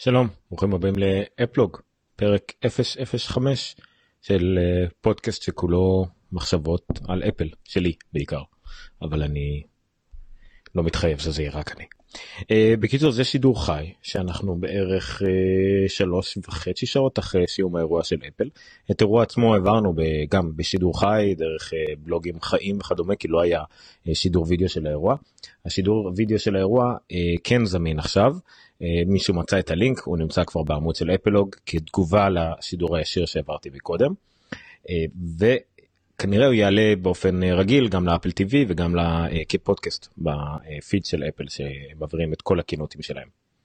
שלום, ברוכים הבאים לאפלוג, פרק 005 של פודקאסט שכולו מחשבות על אפל, שלי בעיקר, אבל אני לא מתחייב שזה יהיה רק אני. בקיצור, זה שידור חי שאנחנו בערך 3.5 שעות אחרי סיום האירוע של אפל. את האירוע עצמו העברנו גם בשידור חי דרך בלוגים חיים וכדומה, כי לא היה שידור וידאו של האירוע. השידור וידאו של האירוע כן זמין עכשיו, מישהו מצא את הלינק, הוא נמצא כבר בעמוד של אפלוג כתגובה לשידור הישיר שהעברתי מקודם, וכנראה הוא יעלה באופן רגיל גם לאפל TV וגם כפודקאסט בפיד של אפל שמעבירים את כל הכינותים שלהם.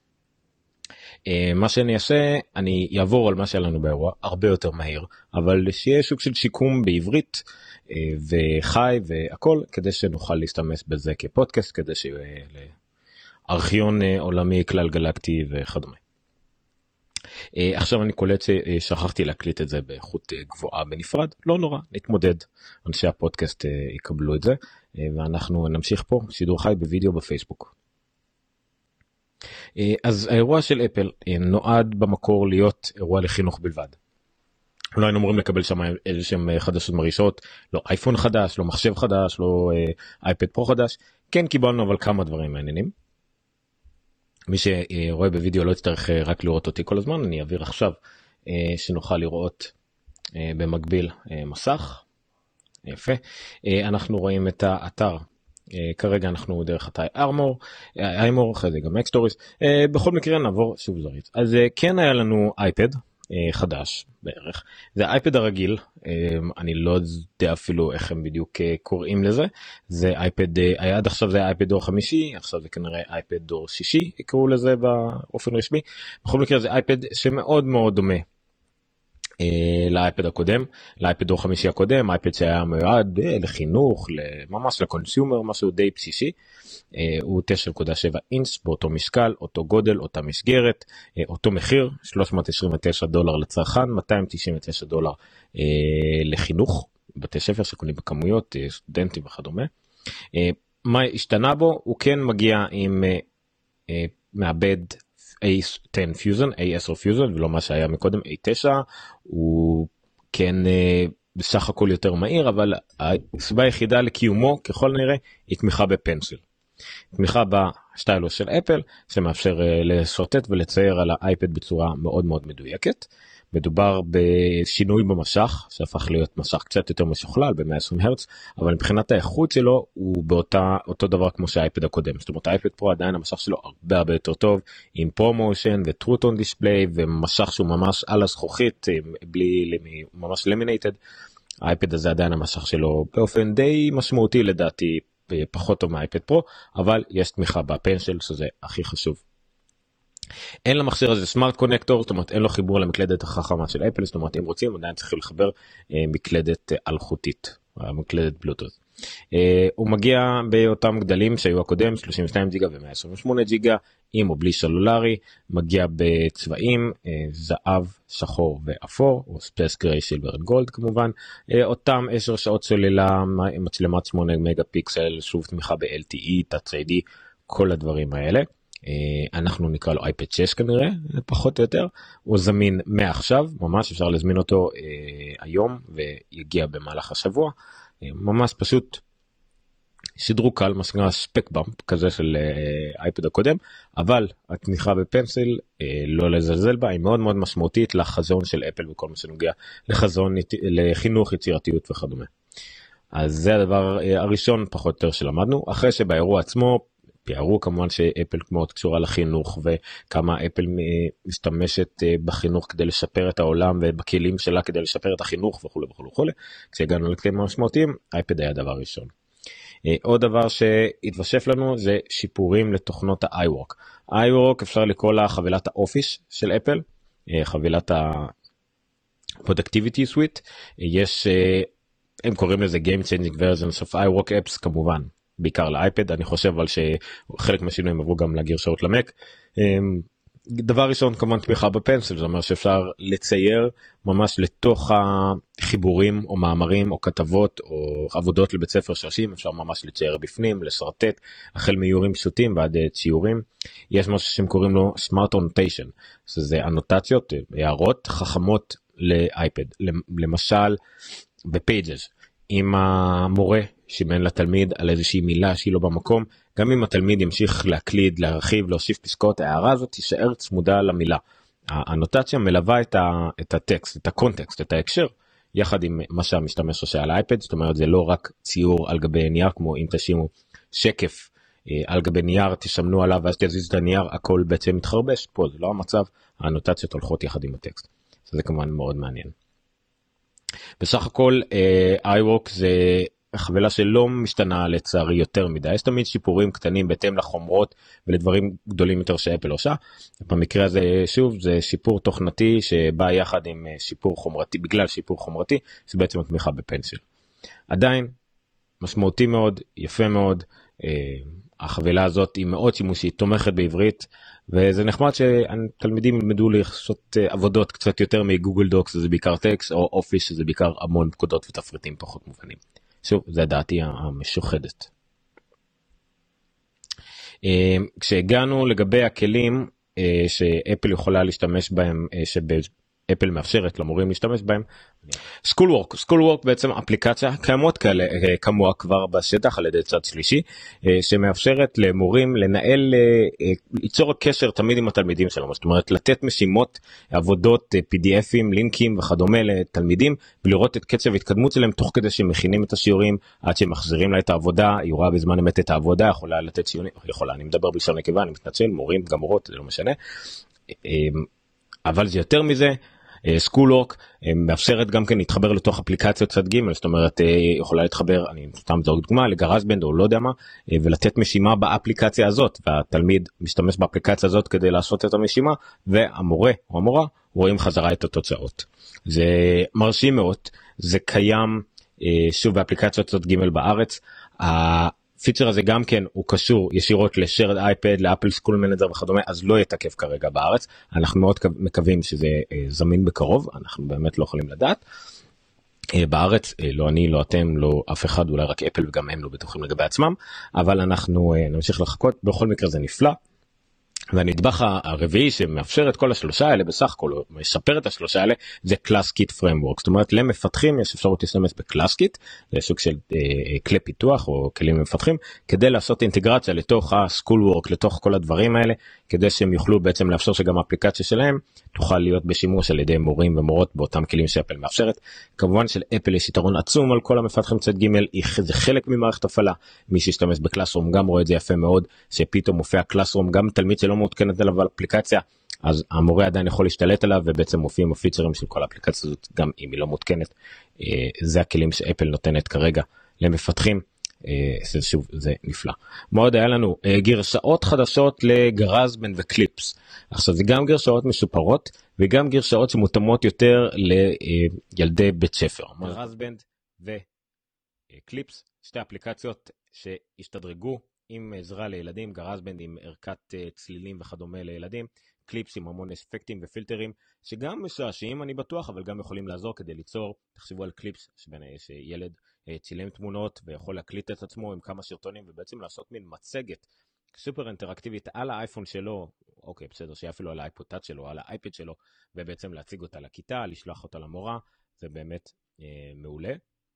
מה שאני אעשה, אני אעבור על מה שהיה לנו באירוע הרבה יותר מהיר, אבל שיהיה שוק של שיקום בעברית וחי והכל, כדי שנוכל להשתמש בזה כפודקאסט, כדי שיהיה ארכיון עולמי כלל גלקטי וכדומה. עכשיו אני קולט ששכחתי להקליט את זה באיכות גבוהה בנפרד, לא נורא, נתמודד, אנשי הפודקאסט יקבלו את זה, ואנחנו נמשיך פה שידור חי בווידאו בפייסבוק. אז האירוע של אפל נועד במקור להיות אירוע לחינוך בלבד. לא היינו אמורים לקבל שם איזשהם חדשות מרישות, לא אייפון חדש, לא מחשב חדש, לא אייפד פרו חדש, כן קיבלנו אבל כמה דברים מעניינים. מי שרואה בווידאו לא יצטרך רק לראות אותי כל הזמן, אני אעביר עכשיו שנוכל לראות במקביל מסך. יפה. אנחנו רואים את האתר, כרגע אנחנו דרך אתר איימור, אחרי זה גם אקסטוריס. בכל מקרה נעבור שוב זריז. אז כן היה לנו אייפד חדש בערך, זה האייפד הרגיל, אני לא יודע אפילו איך הם בדיוק קוראים לזה, זה אייפד, עד עכשיו זה אייפד דור 5, עכשיו זה כנראה אייפד דור 6 יקראו לזה באופן רשמי. בכל מקרה זה אייפד שמאוד מאוד דומה לאייפד הקודם, לאייפד דור 5 הקודם, אייפד שהיה מיועד לחינוך, ממש לקונסיומר, משהו די בסיסי. הוא 9.7 אינץ' באותו משקל, אותו גודל, אותה מסגרת, אותו מחיר, $329 לצרכן, $299 לחינוך, בתי ספר שקונים בכמויות, סטודנטים וכדומה. מה השתנה בו? הוא כן מגיע עם מעבד A10 Fusion, A10 Fusion, ולא מה שהיה מקודם, A9, הוא כן בסך הכל יותר מהיר, אבל הסיבה היחידה לקיומו ככל נראה היא תמיכה בפנסיל. תמיכה בסטיילוס של אפל שמאפשר לשרטט ולצייר על האייפד בצורה מאוד מאוד מדויקת. מדובר בשינוי במשך שהפך להיות משך קצת יותר משוכלל ב-120 הרץ, אבל מבחינת האיכות שלו הוא אותו דבר כמו שהאייפד הקודם. זאת אומרת האייפד פרו עדיין המשך שלו הרבה יותר טוב, עם פרו-מושן וטרוטון דיספליי ומשך שהוא ממש על הזכוכית, ממש למינטד. האייפד הזה עדיין המשך שלו באופן די משמעותי לדעתי פחות טוב מהאייפד פרו, אבל יש תמיכה בפנסיל שזה הכי חשוב. אין למכשיר הזה סמארט קונקטור, זאת אומרת אין לו חיבור למקלדת החכמה של אפל, זאת אומרת אם רוצים עדיין צריכים לחבר מקלדת אלחוטית, מקלדת בלוטות'. הוא מגיע באותם גדלים שהיו הקודם, 32 ג'יגה ו128 ג'יגה, עם או בלי סלולרי, מגיע בצבעים זהב, שחור ואפור, או ספייס גריי, סילבר וגולד כמובן, אותם 10 שעות סוללה, מצלמת 8 מגה פיקסל, שוב תמיכה ב-LTE, Touch ID, כל הדברים האלה. אנחנו נקרא לו אייפד 6 כנראה, פחות או יותר, הוא זמין מעכשיו, ממש אפשר להזמין אותו היום ויגיע במהלך השבוע, ממש פשוט שדרוג קל, מה שנקרא ספק באמפ כזה של אייפד הקודם, אבל התמיכה בפנסיל לא לזלזל בה, היא מאוד מאוד משמעותית לחזון של אפל וכל מה שנוגע לחזון, לחינוך, יצירתיות וכדומה. אז זה הדבר הראשון פחות או יותר שלמדנו, אחרי שבאירוע עצמו פיארו כמובן שאפל מאוד קשורה לחינוך וכמה אפל משתמשת בחינוך כדי לשפר את העולם ובכלים שלה כדי לשפר את החינוך וכו' וכו' וכו'. כשהגענו לכלים המשמעותיים, אייפד היה דבר ראשון. עוד דבר שהתווסף לנו זה שיפורים לתוכנות ה-iWork. iWork אפשר לקרוא לה חבילת האופיס של אפל, חבילת ה-Productivity Suite. יש, הם קוראים לזה Game Changing Versions of iWork Apps כמובן. בעיקר לאייפד, אני חושב על שחלק מהשינויים עברו גם לגרשאות למק. דבר ראשון כמובן תמיכה בפנסיל, זאת אומרת שאפשר לצייר ממש לתוך החיבורים או מאמרים או כתבות או עבודות לבית ספר שרשים, אפשר ממש לצייר בפנים, לשרטט, החל מאיורים פשוטים ועד ציורים. יש משהו שהם קוראים לו Smart Annotation, שזה אנוטציות, הערות חכמות לאייפד, למשל בפייג'ס, אם המורה שיבן לתלמיד על איזושהי מילה שהיא לא במקום, גם אם התלמיד ימשיך להקליד, להרחיב, להוסיף פסקאות, ההערה הזאת תישאר צמודה למילה. האנוטציה מלווה את הטקסט, את הקונטקסט, את ההקשר, יחד עם מה שהמשתמש עושה על האייפד. זאת אומרת, זה לא רק ציור על גבי נייר, כמו אם תשימו שקף על גבי נייר, תשמנו עליו ואז תזיז את הנייר, הכל בעצם מתחרבש. פה זה לא המצב, האנוטציות הולכות יחד עם הטקסט. זה כמובן מאוד מעניין. בסך הכל, iWork זה חבילה שלא משתנה לצערי יותר מדי, יש תמיד שיפורים קטנים בהתאם לחומרות ולדברים גדולים יותר שאפל עושה. במקרה הזה שוב זה שיפור תוכנתי שבא יחד עם שיפור חומרתי, בגלל שיפור חומרתי זה בעצם התמיכה בפנסיל. עדיין משמעותי מאוד, יפה מאוד, החבילה הזאת היא מאוד שימושית, תומכת בעברית, וזה נחמד שתלמידים ילמדו לעשות עבודות קצת יותר מגוגל דוקס, שזה בעיקר טקסט, או אופיס, שזה בעיקר המון פקודות ותפריטים פחות מובנים. שוב, זה דעתי המשוחדת. כשהגענו לגבי הכלים שאפל יכולה להשתמש בהם, אפל מאפשרת למורים להשתמש בהם. סקולוורק בעצם אפליקציה, קיימות כאלה כמוה כבר בשטח על ידי צד שלישי, שמאפשרת למורים לנהל, ליצור קשר תמיד עם התלמידים שלנו, זאת אומרת לתת משימות, עבודות, PDFים, לינקים וכדומה לתלמידים, ולראות את קצב התקדמות שלהם תוך כדי שהם מכינים את השיעורים, עד שהם מחזירים לה את העבודה, היא רואה בזמן אמת את העבודה, יכולה לתת ציונים, יכולה, אני מדבר בלשון נקבה, אני מתנצל, מורים, גם מורות, זה לא משנה, אבל זה יותר מזה. סקולוורק מאפשרת גם כן להתחבר לתוך אפליקציות צד ג', זאת אומרת יכולה להתחבר, אני סתם זו דוגמה, לגראז'בנד או לא יודע מה, ולתת משימה באפליקציה הזאת, והתלמיד משתמש באפליקציה הזאת כדי לעשות את המשימה, והמורה או המורה רואים חזרה את התוצאות. זה מרשים מאוד, זה קיים שוב באפליקציות צד ג' בארץ. הפיצ'ר הזה גם כן הוא קשור ישירות לשרד אייפד, לאפל סקול מנג'ר וכדומה, אז לא יתקף כרגע בארץ. אנחנו מאוד מקווים שזה זמין בקרוב, אנחנו באמת לא יכולים לדעת. בארץ, לא אני, לא אתם, לא אף אחד, אולי רק אפל וגם הם לא בטוחים לגבי עצמם, אבל אנחנו נמשיך לחכות, בכל מקרה זה נפלא. והנדבך הרביעי שמאפשר את כל השלושה האלה, בסך הכל משפר את השלושה האלה, זה ClassKit Framework. זאת אומרת, למפתחים יש אפשרות להשתמש ב-ClassKit, זה סוג של כלי פיתוח או כלים למפתחים, כדי לעשות אינטגרציה לתוך ה-Schoolwork, לתוך כל הדברים האלה, כדי שהם יוכלו בעצם לאפשר שגם האפליקציה שלהם תוכל להיות בשימוש על ידי מורים ומורות באותם כלים שאפל מאפשרת. כמובן שלאפל יש יתרון עצום על כל המפתחים צד ג', זה חלק ממערכת הפעלה. מי שישתמש בקלאסרום גם רואה את זה יפה מאוד, שפתאום מופיע קלאסרום, גם תלמיד שלא מעודכנת עליו אפליקציה, אז המורה עדיין יכול להשתלט עליו, ובעצם מופיעים הפיצ'רים של כל האפליקציה הזאת, גם אם היא לא מעודכנת. זה הכלים שאפל נותנת כרגע למפתחים. שוב, זה נפלא. מאוד היה לנו גרסאות חדשות לגראז'בנד וקליפס. עכשיו זה גם גרסאות משופרות וגם גרסאות שמותאמות יותר לילדי בית ספר. גראז'בנד וקליפס, שתי אפליקציות שהשתדרגו עם עזרה לילדים, גראז'בנד עם ערכת צלילים וכדומה לילדים, קליפס עם המון אפקטים ופילטרים שגם משעשעים אני בטוח, אבל גם יכולים לעזור כדי ליצור, תחשבו על קליפס שילד צילם תמונות ויכול להקליט את עצמו עם כמה סרטונים ובעצם לעשות מין מצגת סופר אינטראקטיבית על האייפון שלו, אוקיי בסדר, שיהיה אפילו על האייפוד טאץ' שלו, על האייפד שלו, ובעצם להציג אותה לכיתה, לשלוח אותה למורה, זה באמת מעולה.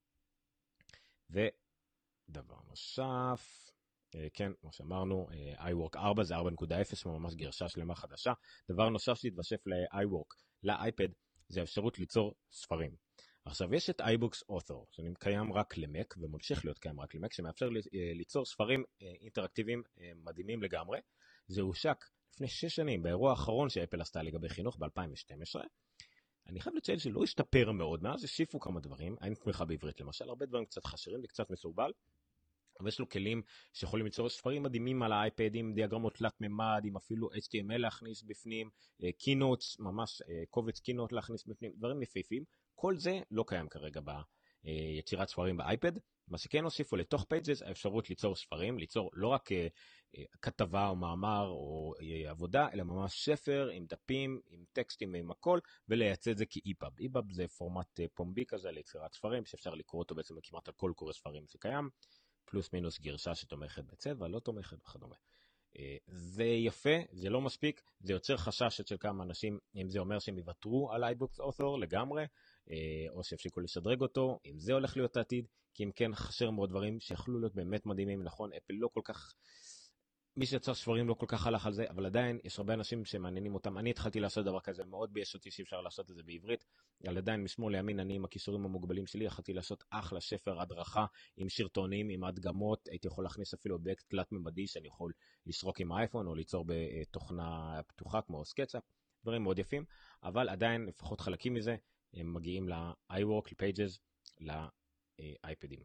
ודבר נוסף, כן, כמו שאמרנו, iWork 4 זה 4.0, ממש גרשה שלמה חדשה. דבר נוסף שהתווסף ל-iWork, לאייפד, זה האפשרות ליצור ספרים. עכשיו יש את iBooks Author, שקיים רק למק, וממשיך להיות קיים רק למק, שמאפשר ליצור ספרים אינטראקטיביים מדהימים לגמרי. זה הושק לפני 6 שנים, באירוע האחרון שאפל עשתה לגבי חינוך ב-2012. אני חייב לציין שלא השתפר מאוד, מאז השיפו כמה דברים, אין תמיכה בעברית למשל, הרבה דברים קצת חשרים וקצת מסורבל, אבל יש לו כלים שיכולים ליצור ספרים מדהימים על האייפד, עם דיאגרמות תלת ממד, עם אפילו HTML להכניס בפנים, קינוטס, ממש קובץ קינוט להכניס בפנים, דברים יפהפים. כל זה לא קיים כרגע ביצירת ספרים באייפד. מה שכן הוסיפו לתוך פייג'ס האפשרות ליצור ספרים, ליצור לא רק כתבה או מאמר או עבודה, אלא ממש ספר עם דפים, עם טקסטים, עם הכל, ולייצא את זה כאיפאב. איפאב זה פורמט פומבי כזה ליצירת ספרים, שאפשר לקרוא אותו בעצם כמעט על כל קורא ספרים שקיים, פלוס מינוס גרשה שתומכת בצבע, לא תומכת וכדומה. זה יפה, זה לא מספיק, זה יוצר חשש אצל כמה אנשים, אם זה אומר שהם יוותרו על iBooks Author לגמרי, או שיפסיקו לשדרג אותו, אם זה הולך להיות העתיד, כי אם כן חסר מאוד דברים שיכולו להיות באמת מדהימים, נכון, אפל לא כל כך, מי שיצר ספרים לא כל כך הלך על זה, אבל עדיין יש הרבה אנשים שמעניינים אותם. אני התחלתי לעשות דבר כזה, מאוד בייש אותי שאפשר לעשות את זה בעברית, אבל עדיין משמאל לימין, אני עם הכישורים המוגבלים שלי, יכלתי לעשות אחלה ספר הדרכה, עם שרטונים, עם הדגמות, הייתי יכול להכניס אפילו אובייקט תלת ממדי, שאני יכול לסרוק עם האייפון, או ליצור בתוכנה פתוחה, כמו סקצ'אפ, דברים מאוד יפים, אבל עדיין לפחות חלקים מזה, הם מגיעים ל-iWork, ל-Pages, לאייפדים.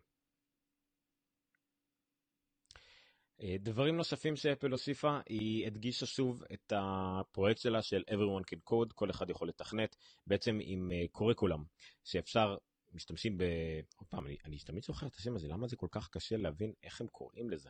דברים נוספים שאפל הוסיפה, היא הדגישה שוב את הפרויקט שלה של Everyone Can Code, כל אחד יכול לתכנת, בעצם עם קוריקולם, שאפשר, משתמשים עוד פעם, אני תמיד זוכר את השם הזה, למה זה כל כך קשה להבין איך הם קוראים לזה?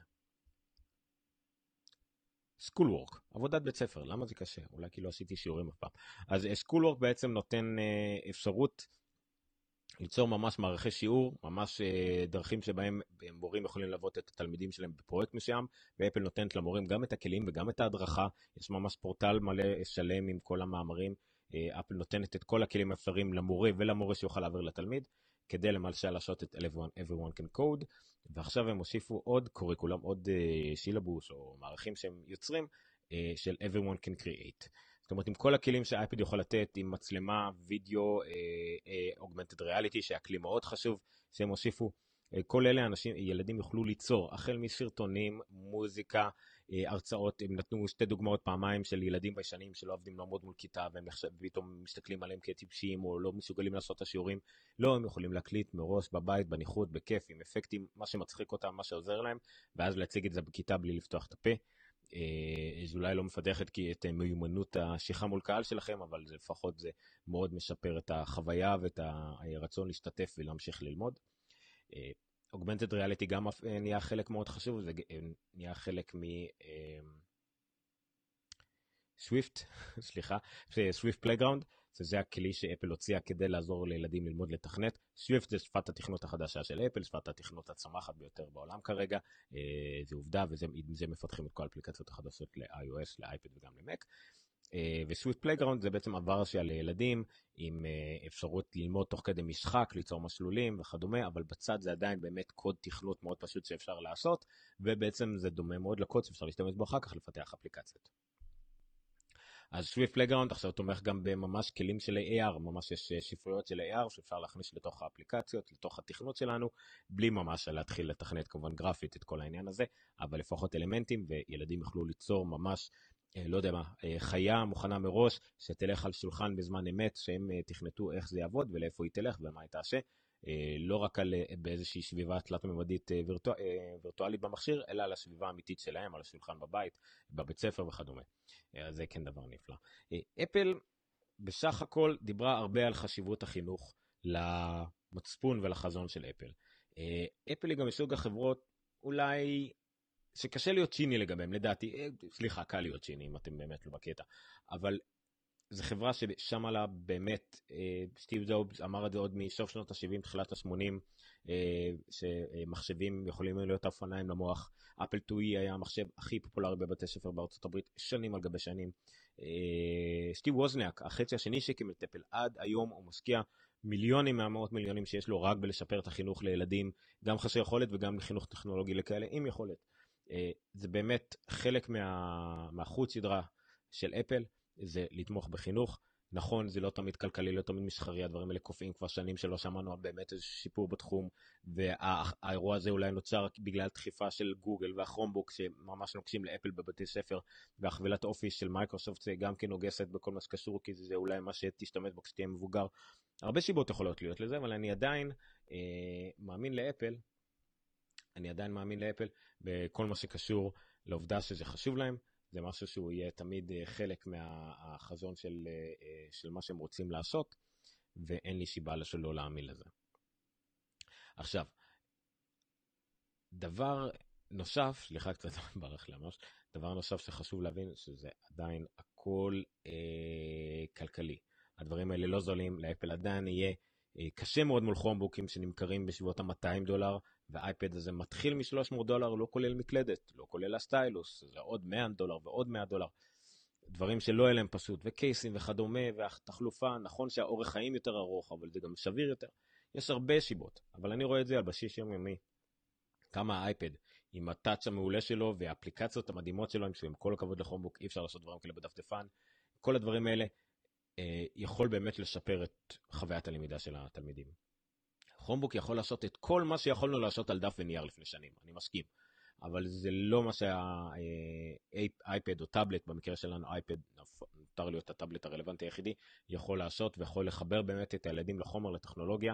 Schoolwork, עבודת בית ספר, למה זה קשה? אולי כי לא עשיתי שיעורים אף פעם. אז Schoolwork בעצם נותן אפשרות, ליצור ממש מערכי שיעור, ממש דרכים שבהם מורים יכולים ללוות את התלמידים שלהם בפרויקט מסוים, ואפל נותנת למורים גם את הכלים וגם את ההדרכה, יש ממש פורטל מלא שלם עם כל המאמרים, אפל נותנת את כל הכלים האפשריים למורה ולמורה שיוכל להעביר לתלמיד, כדי למשל לעשות את Everyone Can Code, ועכשיו הם הוסיפו עוד קוריקולם, עוד שילבוס או מערכים שהם יוצרים, של Everyone Can Create. זאת אומרת, עם כל הכלים שהאייפד יכול לתת, עם מצלמה, וידאו, augmented reality, שהכלי מאוד חשוב, שהם הוסיפו, כל אלה ילדים יוכלו ליצור, החל מסרטונים, מוזיקה, הרצאות, הם נתנו שתי דוגמאות פעמיים של ילדים ביישנים שלא עובדים לעמוד מול כיתה, והם פתאום מסתכלים עליהם כטיפשים, או לא מסוגלים לעשות את השיעורים, לא, הם יכולים להקליט מראש בבית, בניחות, בכיף, עם אפקטים, מה שמצחיק אותם, מה שעוזר להם, ואז להציג את זה בכיתה בלי לפתוח את הפה. זה אולי לא מפתחת כי את מיומנות השיחה מול קהל שלכם, אבל זה לפחות זה מאוד משפר את החוויה ואת הרצון להשתתף ולהמשיך ללמוד. Augmented Reality גם נהיה חלק מאוד חשוב, זה נהיה חלק סוויפט, סליחה, סוויפט פלייגראונד, זה הכלי שאפל הוציאה כדי לעזור לילדים ללמוד לתכנת. סוויפט זה שפת התכנות החדשה של אפל, שפת התכנות הצמחת ביותר בעולם כרגע, זה עובדה, וזה מפתחים את כל האפליקציות החדשות ל-iOS, לאייפד וגם למק. וסוויפט פלייגראונד זה בעצם הוורסיה לילדים עם אפשרות ללמוד תוך כדי משחק, ליצור מסלולים וכדומה, אבל בצד זה עדיין באמת קוד תכנות מאוד פשוט שאפשר לעשות, ובעצם זה דומה מאוד לקוד שאפשר להשתמש בו אחר כך לפתח אפליקציות. אז Swift Playground עכשיו תומך גם בממש כלים של AR, ממש יש שפרויות של AR שאפשר להכניס לתוך האפליקציות, לתוך התכנות שלנו, בלי ממש להתחיל לתכנת כמובן גרפית את כל העניין הזה, אבל לפחות אלמנטים, וילדים יוכלו ליצור ממש, לא יודע מה, חיה מוכנה מראש, שתלך על שולחן בזמן אמת, שהם תכנתו איך זה יעבוד ולאיפה היא תלך ומה היא תעשה, לא רק על באיזושהי סביבה תלת-ממדית וירטואלית במכשיר, אלא על הסביבה האמיתית שלהם, על השולחן בבית, בבית ספר וכדומה. אז זה כן דבר נפלא. אפל בסך הכל דיברה הרבה על חשיבות החינוך למצפון ולחזון של אפל. אפל היא גם מסוג החברות אולי שקשה להיות שיני לגביהם, לדעתי, סליחה, קל להיות שיני אם אתם באמת לא בקטע, אבל זו חברה ששם עלה באמת, סטיב ג'ובס אמר את זה עוד מסוף שנות ה-70, תחילת ה-80, שמחשבים יכולים להיות אופניים למוח. אפל טוי היה המחשב הכי פופולרי בבתי ספר בארצות הברית, שנים על גבי שנים. סטיב ווזניאק, החצי השני שהקים את אפל, עד היום הוא משקיע מיליונים מהמאות מיליונים שיש לו רק בלשפר את החינוך לילדים, גם חסרי יכולת וגם לחינוך טכנולוגי לכאלה עם יכולת. זה באמת חלק מהחוט סדרה של אפל, זה לתמוך בחינוך. נכון, זה לא תמיד כלכלי, לא תמיד מסחרי, הדברים האלה קופאים כבר שנים שלא שמענו על באמת איזה שיפור בתחום, והאירוע הזה אולי נוצר בגלל דחיפה של גוגל והכרומבוק שממש נוקשים לאפל בבתי ספר, והחבילת אופיס של מייקרוסופט זה גם כן נוגסת בכל מה שקשור, כי זה אולי מה שתשתמש בו כשתהיה מבוגר. הרבה שיבות יכולות להיות לזה, אבל אני עדיין מאמין לאפל, בכל מה שקשור לעובדה שזה חשוב להם, זה משהו שהוא יהיה תמיד חלק מהחזון של מה שהם רוצים לעשות, ואין לי שיבה שלא להאמין לזה. עכשיו, דבר נוסף, סליחה קצת ברח לי ממש, דבר נוסף שחשוב להבין שזה עדיין הכל כלכלי. הדברים האלה לא זולים, לאפל עדיין יהיה קשה מאוד מול כרומבוקים שנמכרים בסביבות ה-$200, והאייפד הזה מתחיל מ$300, לא כולל מקלדת, לא כולל הסטיילוס, זה עוד $100 ועוד $100. דברים שלא יהיה להם פשוט, וקייסים וכדומה, והתחלופה, נכון שהאורך חיים יותר ארוך, אבל זה גם שביר יותר. יש הרבה סיבות, אבל אני רואה את זה על בסיס יומיומי. כמה האייפד עם הטאץ' המעולה שלו והאפליקציות המדהימות שלו, עם כל הכבוד לכרומבוק, אי אפשר לעשות דברים כאלה בדפדפן, כל הדברים האלה יכול באמת לשפר את חוויית הלמידה של התלמידים. כרומבוק יכול לעשות את כל מה שיכולנו לעשות על דף ונייר לפני שנים, אני מסכים, אבל זה לא מה שהאייפד או טאבלט, במקרה שלנו אייפד, נותר להיות הטאבלט הרלוונטי היחידי, יכול לעשות ויכול לחבר באמת את הילדים לחומר, לטכנולוגיה.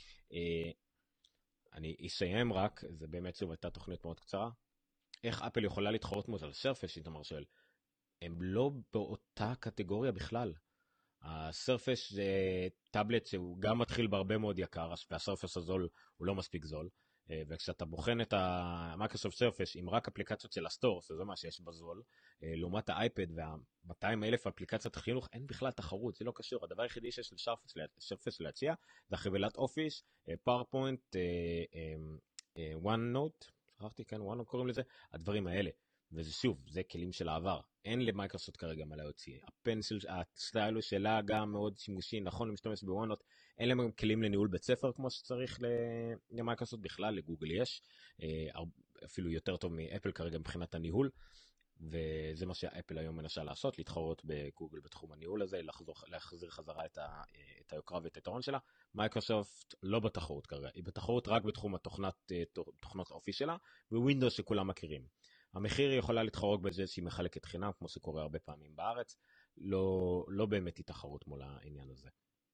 אני אסיים רק, זה באמת שוב הייתה תוכנית מאוד קצרה, איך אפל יכולה להתחרות מות על סרפס, איתמר שואל, הם לא באותה קטגוריה בכלל. הסרפס זה טאבלט שהוא גם מתחיל בהרבה מאוד יקר, והסרפס הזול הוא לא מספיק זול, וכשאתה בוחן את המייקרוסופט סרפס עם רק אפליקציות של הסטור, שזה מה שיש בזול, לעומת האייפד וה-200,000 אפליקציות החינוך, אין בכלל תחרות, זה לא קשור. הדבר היחידי שיש לסרפס להציע, זה חבילת אופיס, פאורפוינט, OneNote, שכחתי, כן, OneNote קוראים לזה, הדברים האלה. וזה שוב, זה כלים של העבר. אין למייקרוסופט כרגע מה להוציא. הפנסיל, הסטיילוס שלה גם מאוד שימושי, נכון, למשתמש בוונוט. אין להם כלים לניהול בית ספר כמו שצריך למייקרוסופט בכלל, לגוגל יש. אפילו יותר טוב מאפל כרגע מבחינת הניהול. וזה מה שאפל היום מנסה לעשות, להתחרות בגוגל בתחום הניהול הזה, להחזיר חזרה את היוקרה ואת היתרון שלה. מייקרוסופט לא בתחרות כרגע, היא בתחרות רק בתחום תוכנות אופי שלה, ווינדוס שכולם מכירים. המחיר היא יכולה להתחרות בזה שהיא מחלקת חינם, כמו שקורה הרבה פעמים בארץ, לא באמת היא תחרות מול העניין הזה.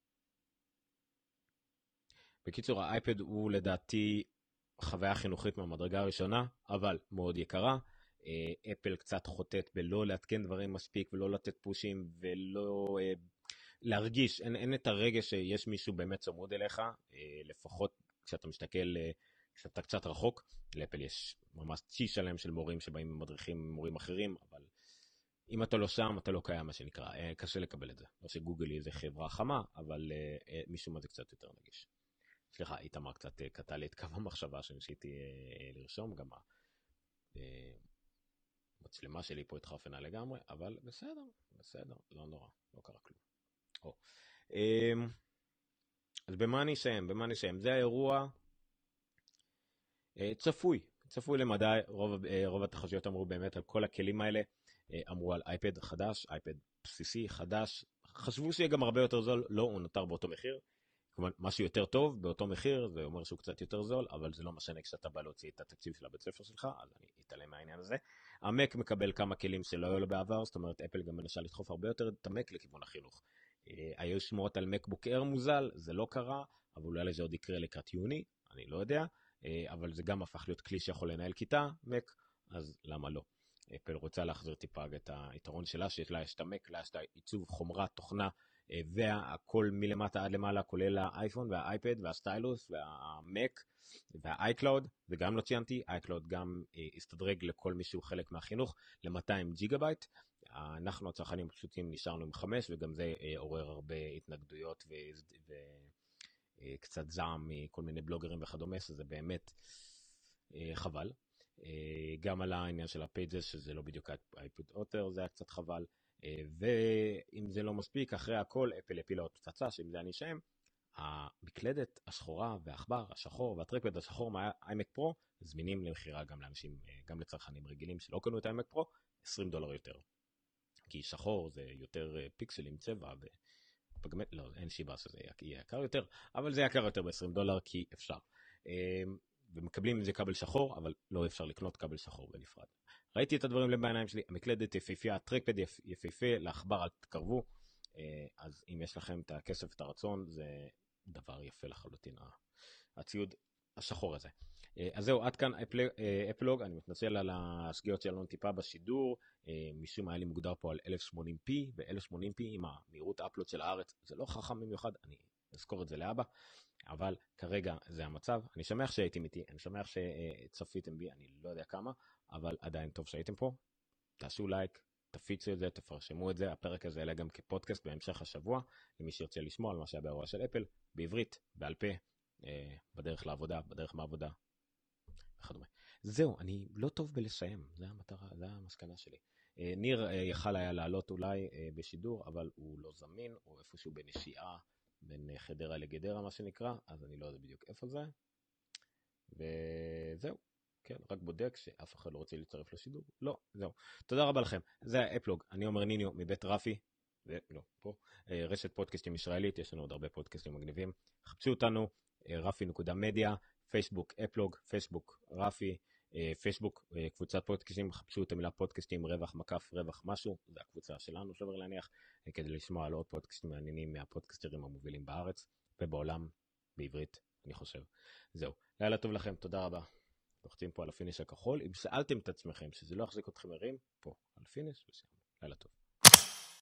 בקיצור, האייפד הוא לדעתי חוויה חינוכית מהמדרגה הראשונה, אבל מאוד יקרה. אפל קצת חוטאת בלא להתקן דברים מספיק, ולא לתת פושים, ולא להרגיש, אין את הרגע שיש מישהו באמת צמוד אליך, לפחות כשאתה מסתכל, כשאתה קצת רחוק. לאפל יש ממש צי שלם של מורים שבאים ומדריכים מורים אחרים, אבל אם אתה לא שם, אתה לא קיים, מה שנקרא, קשה לקבל את זה. לא שגוגל היא איזה חברה חמה, אבל משום מה זה קצת יותר נגיש. סליחה, איתמר קצת קטע לי את כמה מחשבה שניסיתי לרשום, גם המצלמה שלי פה התחרפנה לגמרי, אבל בסדר, לא נורא, לא קרה כלום. אז במה אני אסיים? זה האירוע צפוי למדי, רוב התחזיות אמרו באמת על כל הכלים האלה, אמרו על אייפד חדש, אייפד בסיסי חדש, חשבו שיהיה גם הרבה יותר זול, לא, הוא נותר באותו מחיר, כלומר, משהו יותר טוב באותו מחיר, זה אומר שהוא קצת יותר זול, אבל זה לא משנה כשאתה בא להוציא את התקציב של הבית ספר שלך, אז אני אתעלם מהעניין הזה. המק מקבל כמה כלים שלא היו לו בעבר, זאת אומרת, אפל גם מנסה לדחוף הרבה יותר את המק לכיוון החינוך. היו שמועות על מקבוק אייר מוזל, זה לא קרה, אבל אולי זה עוד יקרה לקראת יוני, אני לא יודע, אבל זה גם הפך להיות כלי שיכול לנהל כיתה, מק, אז למה לא? אפל רוצה להחזיר טיפה את היתרון שלה, שיש לה את המק, לה יש את עיצוב חומרה, תוכנה, והכל מלמטה עד למעלה, כולל האייפון והאייפד והסטיילוס והמק והאייקלאוד, וגם לא ציינתי, אייקלאוד גם הסתדרג לכל מישהו חלק מהחינוך, ל-200 ג'יגה-בייט. אנחנו הצרכנים פשוטים נשארנו עם 5, וגם זה עורר הרבה התנגדויות וקצת זעם מכל מיני בלוגרים וכדומה, שזה באמת חבל. גם על העניין של הפייג'ס, שזה לא בדיוק האייפוד אוטר, זה היה קצת חבל. ואם זה לא מספיק, אחרי הכל אפל הפילה עוד פצצה, שאם זה אני שם, המקלדת השחורה והעכבר השחור והטרקפד השחור מהאיימק פרו, זמינים למחירה גם לאנשים, גם לצרכנים רגילים שלא קנו את האיימק פרו, $20 יותר. כי שחור זה יותר פיקסלים צבע, ופגמנט, לא, אין שיבה שזה יהיה יקר יותר, אבל זה יקר יותר $20 כי אפשר. ומקבלים עם זה כבל שחור, אבל לא אפשר לקנות כבל שחור בנפרד. ראיתי את הדברים בעיניים שלי, המקלדת יפהפייה, הטרקפד יפהפה, לעכבר אל תקרבו, אז אם יש לכם את הכסף ואת הרצון, זה דבר יפה לחלוטין, הציוד השחור הזה. אז זהו, עד כאן אפלוג, אני מתנצל על השגיאות שלנו טיפה בשידור, משום היה לי מוגדר פה על 1080p, ו-1080p עם המהירות האפלוד של הארץ, זה לא חכם במיוחד, אני נזכור את זה לאבא, אבל כרגע זה המצב. אני שמח שהייתם איתי, אני שמח שצפיתם בי, אני לא יודע כמה, אבל עדיין טוב שהייתם פה. תעשו לייק, תפיצו את זה, תפרשמו את זה. הפרק הזה יעלה גם כפודקאסט בהמשך השבוע, למי שירצה לשמוע על מה שהיה באירוע של אפל, בעברית, בעל פה, בדרך לעבודה, בדרך מהעבודה, וכדומה. זהו, אני לא טוב בלסיים, זה המטרה, זה המסקנה שלי. ניר יכל היה לעלות אולי בשידור, אבל הוא לא זמין, או איפשהו בנשיאה, בין חדרה לגדרה, מה שנקרא, אז אני לא יודע בדיוק איפה זה. וזהו, כן, רק בודק שאף אחד לא רוצה להצטרף לשידור. לא, זהו. תודה רבה לכם. זה האפלוג. אני עומר ניניו מבית רפי, ולא, פה, רשת פודקאסטים ישראלית, יש לנו עוד הרבה פודקאסטים מגניבים. חפשו אותנו, רפי.מדיה, פייסבוק אפלוג, פייסבוק רפי, פייסבוק קבוצת פודקאסטים, חפשו את המילה פודקאסטים, רווח מקף, רווח משהו, זה הקבוצה שלנו, שבר להניח, כדי לשמוע על עוד פודקאסטים מעניינים מהפודקאסטרים המובילים בארץ ובעולם, בעברית, אני חושב. זהו, לילה טוב לכם, תודה רבה. לוחצים פה על הפיניש הכחול, אם שאלתם את עצמכם שזה לא יחזיק אתכם ערים, פה על הפיניש, וסיימנו. לילה טוב.